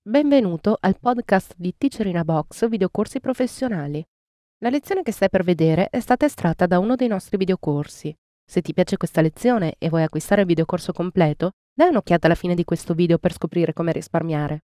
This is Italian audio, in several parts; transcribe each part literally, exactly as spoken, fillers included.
Benvenuto al podcast di Teacher in a Box videocorsi professionali. La lezione che stai per vedere è stata estratta da uno dei nostri videocorsi. Se ti piace questa lezione e vuoi acquistare il videocorso completo, dai un'occhiata alla fine di questo video per scoprire come risparmiare.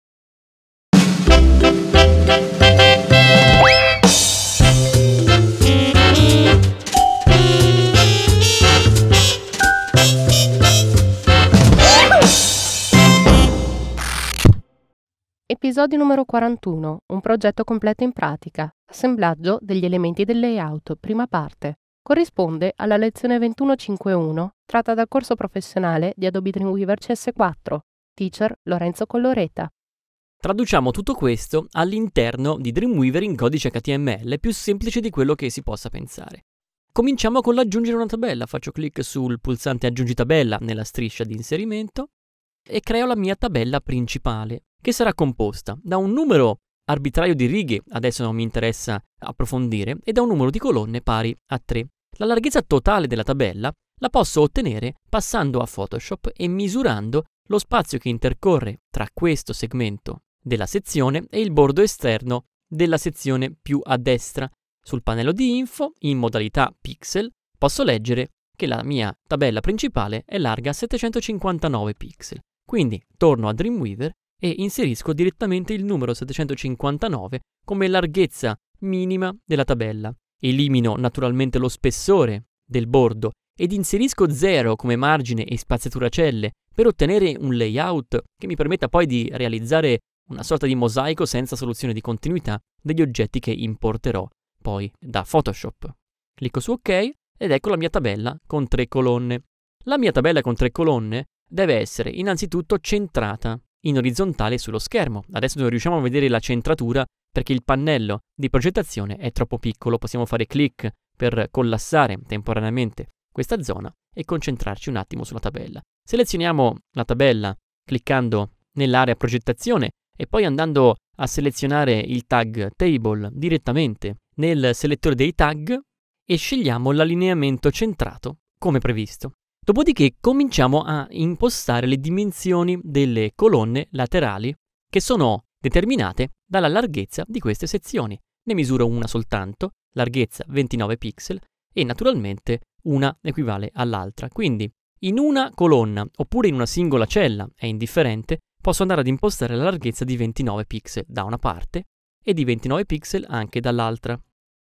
Episodio numero quarantuno. Un progetto completo in pratica. Assemblaggio degli elementi del layout, prima parte. Corrisponde alla lezione ventuno punto cinque punto uno, tratta dal corso professionale di Adobe Dreamweaver C S quattro. Teacher Lorenzo Colloreta. Traduciamo tutto questo all'interno di Dreamweaver in codice H T M L, più semplice di quello che si possa pensare. Cominciamo con l'aggiungere una tabella. Faccio clic sul pulsante aggiungi tabella nella striscia di inserimento e creo la mia tabella principale, che sarà composta da un numero arbitrario di righe, adesso non mi interessa approfondire, e da un numero di colonne pari a tre. La larghezza totale della tabella la posso ottenere passando a Photoshop e misurando lo spazio che intercorre tra questo segmento della sezione e il bordo esterno della sezione più a destra. Sul pannello di info, in modalità pixel, posso leggere che la mia tabella principale è larga settecentocinquantanove pixel. Quindi torno a Dreamweaver e inserisco direttamente il numero settecentocinquantanove come larghezza minima della tabella. Elimino naturalmente lo spessore del bordo ed inserisco zero come margine e spaziatura celle per ottenere un layout che mi permetta poi di realizzare una sorta di mosaico senza soluzione di continuità degli oggetti che importerò poi da Photoshop. Clicco su OK ed ecco la mia tabella con tre colonne. La mia tabella con tre colonne deve essere innanzitutto centrata in orizzontale sullo schermo. Adesso non riusciamo a vedere la centratura perché il pannello di progettazione è troppo piccolo. Possiamo fare clic per collassare temporaneamente questa zona e concentrarci un attimo sulla tabella. Selezioniamo la tabella cliccando nell'area progettazione e poi andando a selezionare il tag Table direttamente nel selettore dei tag e scegliamo l'allineamento centrato come previsto. Dopodiché cominciamo a impostare le dimensioni delle colonne laterali che sono determinate dalla larghezza di queste sezioni. Ne misuro una soltanto, larghezza ventinove pixel, e naturalmente una equivale all'altra. Quindi in una colonna oppure in una singola cella, è indifferente, posso andare ad impostare la larghezza di ventinove pixel da una parte e di ventinove pixel anche dall'altra.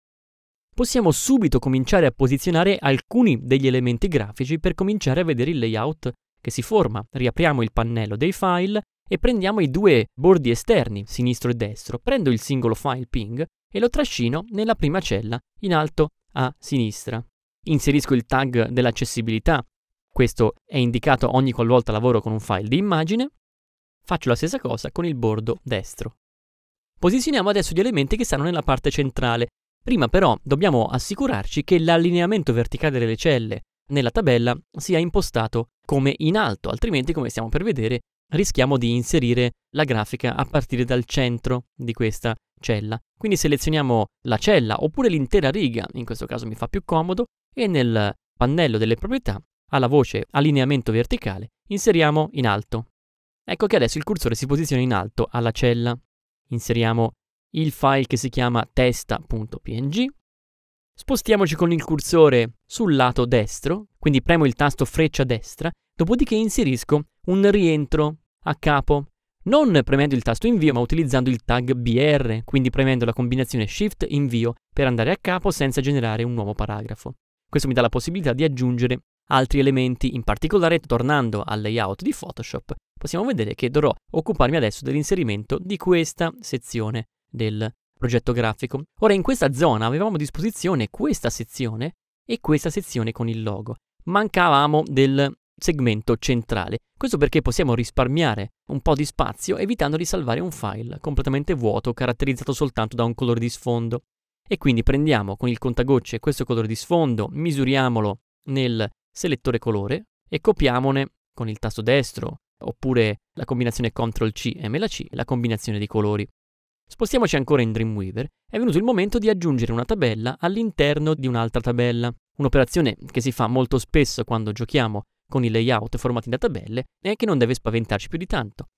Possiamo subito cominciare a posizionare alcuni degli elementi grafici per cominciare a vedere il layout che si forma. Riapriamo il pannello dei file e prendiamo i due bordi esterni, sinistro e destro. Prendo il singolo file ping e lo trascino nella prima cella in alto a sinistra. Inserisco il tag dell'accessibilità. Questo è indicato ogni qualvolta lavoro con un file di immagine. Faccio la stessa cosa con il bordo destro. Posizioniamo adesso gli elementi che stanno nella parte centrale. Prima però dobbiamo assicurarci che l'allineamento verticale delle celle nella tabella sia impostato come in alto, altrimenti, come stiamo per vedere, rischiamo di inserire la grafica a partire dal centro di questa cella. Quindi selezioniamo la cella oppure l'intera riga, in questo caso mi fa più comodo, e nel pannello delle proprietà, alla voce allineamento verticale, inseriamo in alto. Ecco che adesso il cursore si posiziona in alto alla cella. Inseriamo il file che si chiama testa.png, spostiamoci con il cursore sul lato destro, quindi premo il tasto freccia destra, dopodiché inserisco un rientro a capo, non premendo il tasto invio ma utilizzando il tag B R, quindi premendo la combinazione Shift invio per andare a capo senza generare un nuovo paragrafo. Questo mi dà la possibilità di aggiungere altri elementi, in particolare tornando al layout di Photoshop, possiamo vedere che dovrò occuparmi adesso dell'inserimento di questa sezione del progetto grafico. Ora in questa zona avevamo a disposizione questa sezione e questa sezione con il logo. Mancavamo del segmento centrale. Questo perché possiamo risparmiare un po' di spazio evitando di salvare un file completamente vuoto caratterizzato soltanto da un colore di sfondo. E quindi prendiamo con il contagocce questo colore di sfondo, misuriamolo nel selettore colore e copiamone con il tasto destro oppure la combinazione control C M L C la combinazione di colori. Spostiamoci ancora in Dreamweaver. È venuto il momento di aggiungere una tabella all'interno di un'altra tabella. Un'operazione che si fa molto spesso quando giochiamo con i layout formati da tabelle e che non deve spaventarci più di tanto.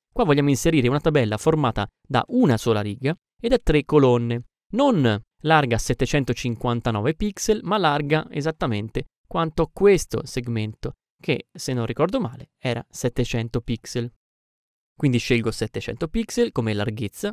Qua vogliamo inserire una tabella formata da una sola riga e da tre colonne, non larga settecentocinquantanove pixel, ma larga esattamente quanto questo segmento, che se non ricordo male era settecento pixel. Quindi scelgo settecento pixel come larghezza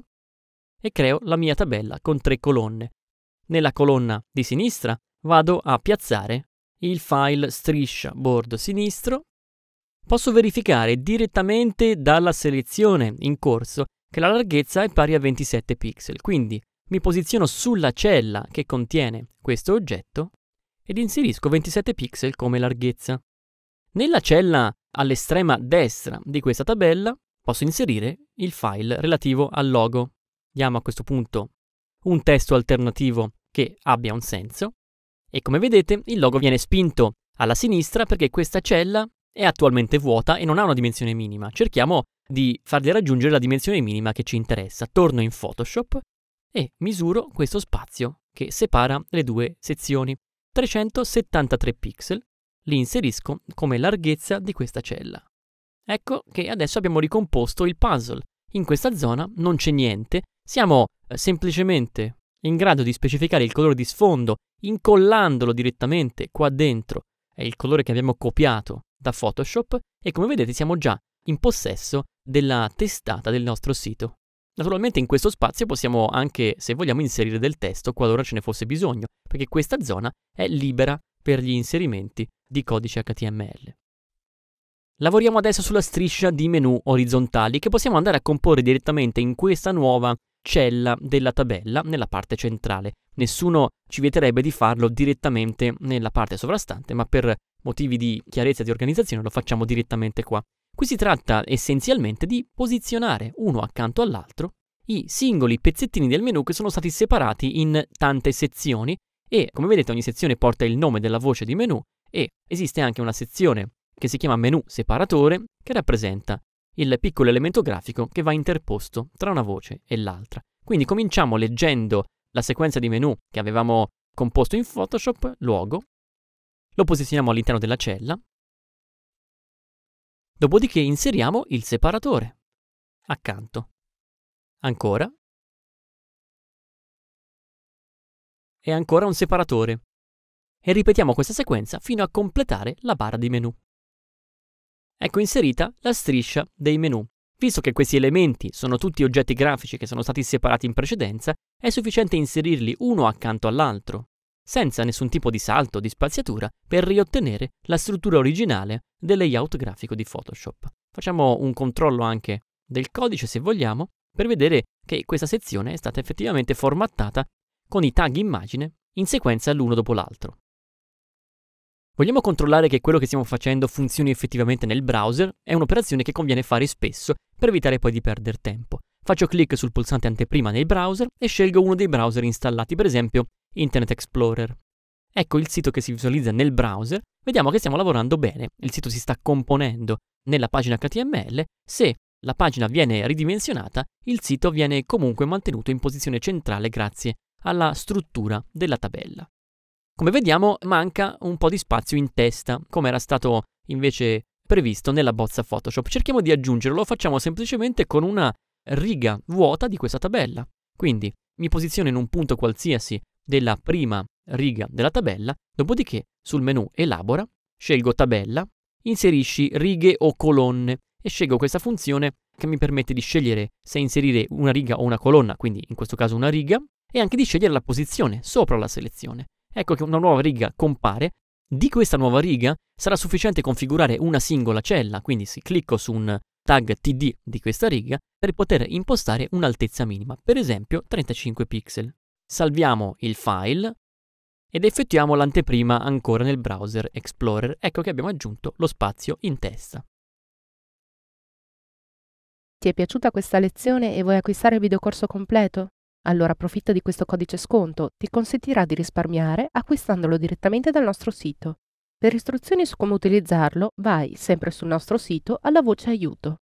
e creo la mia tabella con tre colonne. Nella colonna di sinistra vado a piazzare il file striscia bordo sinistro. Posso verificare direttamente dalla selezione in corso che la larghezza è pari a ventisette pixel, quindi mi posiziono sulla cella che contiene questo oggetto ed inserisco ventisette pixel come larghezza. Nella cella all'estrema destra di questa tabella posso inserire il file relativo al logo. Diamo a questo punto un testo alternativo che abbia un senso e come vedete il logo viene spinto alla sinistra perché questa cella è attualmente vuota e non ha una dimensione minima. Cerchiamo di fargli raggiungere la dimensione minima che ci interessa. Torno in Photoshop e misuro questo spazio che separa le due sezioni. trecentosettantatré pixel, li inserisco come larghezza di questa cella. Ecco che adesso abbiamo ricomposto il puzzle. In questa zona non c'è niente, siamo eh, semplicemente in grado di specificare il colore di sfondo incollandolo direttamente qua dentro. È il colore che abbiamo copiato da Photoshop e come vedete siamo già in possesso della testata del nostro sito. Naturalmente in questo spazio possiamo anche, se vogliamo, inserire del testo qualora ce ne fosse bisogno, perché questa zona è libera per gli inserimenti di codice H T M L. Lavoriamo adesso sulla striscia di menu orizzontali che possiamo andare a comporre direttamente in questa nuova cella della tabella nella parte centrale. Nessuno ci vieterebbe di farlo direttamente nella parte sovrastante, ma per motivi di chiarezza e di organizzazione lo facciamo direttamente qua. Qui si tratta essenzialmente di posizionare uno accanto all'altro i singoli pezzettini del menu che sono stati separati in tante sezioni e, come vedete, ogni sezione porta il nome della voce di menu e esiste anche una sezione che si chiama menu separatore che rappresenta il piccolo elemento grafico che va interposto tra una voce e l'altra. Quindi cominciamo leggendo la sequenza di menu che avevamo composto in Photoshop, luogo, lo posizioniamo all'interno della cella, dopodiché inseriamo il separatore, accanto, ancora, e ancora un separatore, e ripetiamo questa sequenza fino a completare la barra di menu. Ecco inserita la striscia dei menu. Visto che questi elementi sono tutti oggetti grafici che sono stati separati in precedenza, è sufficiente inserirli uno accanto all'altro, senza nessun tipo di salto o di spaziatura, per riottenere la struttura originale del layout grafico di Photoshop. Facciamo un controllo anche del codice, se vogliamo, per vedere che questa sezione è stata effettivamente formattata con i tag immagine in sequenza l'uno dopo l'altro. Vogliamo controllare che quello che stiamo facendo funzioni effettivamente nel browser? È un'operazione che conviene fare spesso per evitare poi di perdere tempo. Faccio clic sul pulsante anteprima nel browser e scelgo uno dei browser installati, per esempio Internet Explorer. Ecco il sito che si visualizza nel browser, vediamo che stiamo lavorando bene, il sito si sta componendo nella pagina H T M L, se la pagina viene ridimensionata, il sito viene comunque mantenuto in posizione centrale grazie alla struttura della tabella. Come vediamo manca un po' di spazio in testa, come era stato invece previsto nella bozza Photoshop. Cerchiamo di aggiungerlo, lo facciamo semplicemente con una riga vuota di questa tabella. Quindi mi posiziono in un punto qualsiasi della prima riga della tabella, dopodiché sul menu Elabora, scelgo Tabella, inserisci righe o colonne e scelgo questa funzione che mi permette di scegliere se inserire una riga o una colonna, quindi in questo caso una riga, e anche di scegliere la posizione sopra la selezione. Ecco che una nuova riga compare. Di questa nuova riga sarà sufficiente configurare una singola cella, quindi se clicco su un tag T D di questa riga per poter impostare un'altezza minima, per esempio trentacinque pixel. Salviamo il file ed effettuiamo l'anteprima ancora nel browser Explorer. Ecco che abbiamo aggiunto lo spazio in testa. Ti è piaciuta questa lezione e vuoi acquistare il videocorso completo? Allora approfitta di questo codice sconto, ti consentirà di risparmiare acquistandolo direttamente dal nostro sito. Per istruzioni su come utilizzarlo, vai sempre sul nostro sito alla voce aiuto.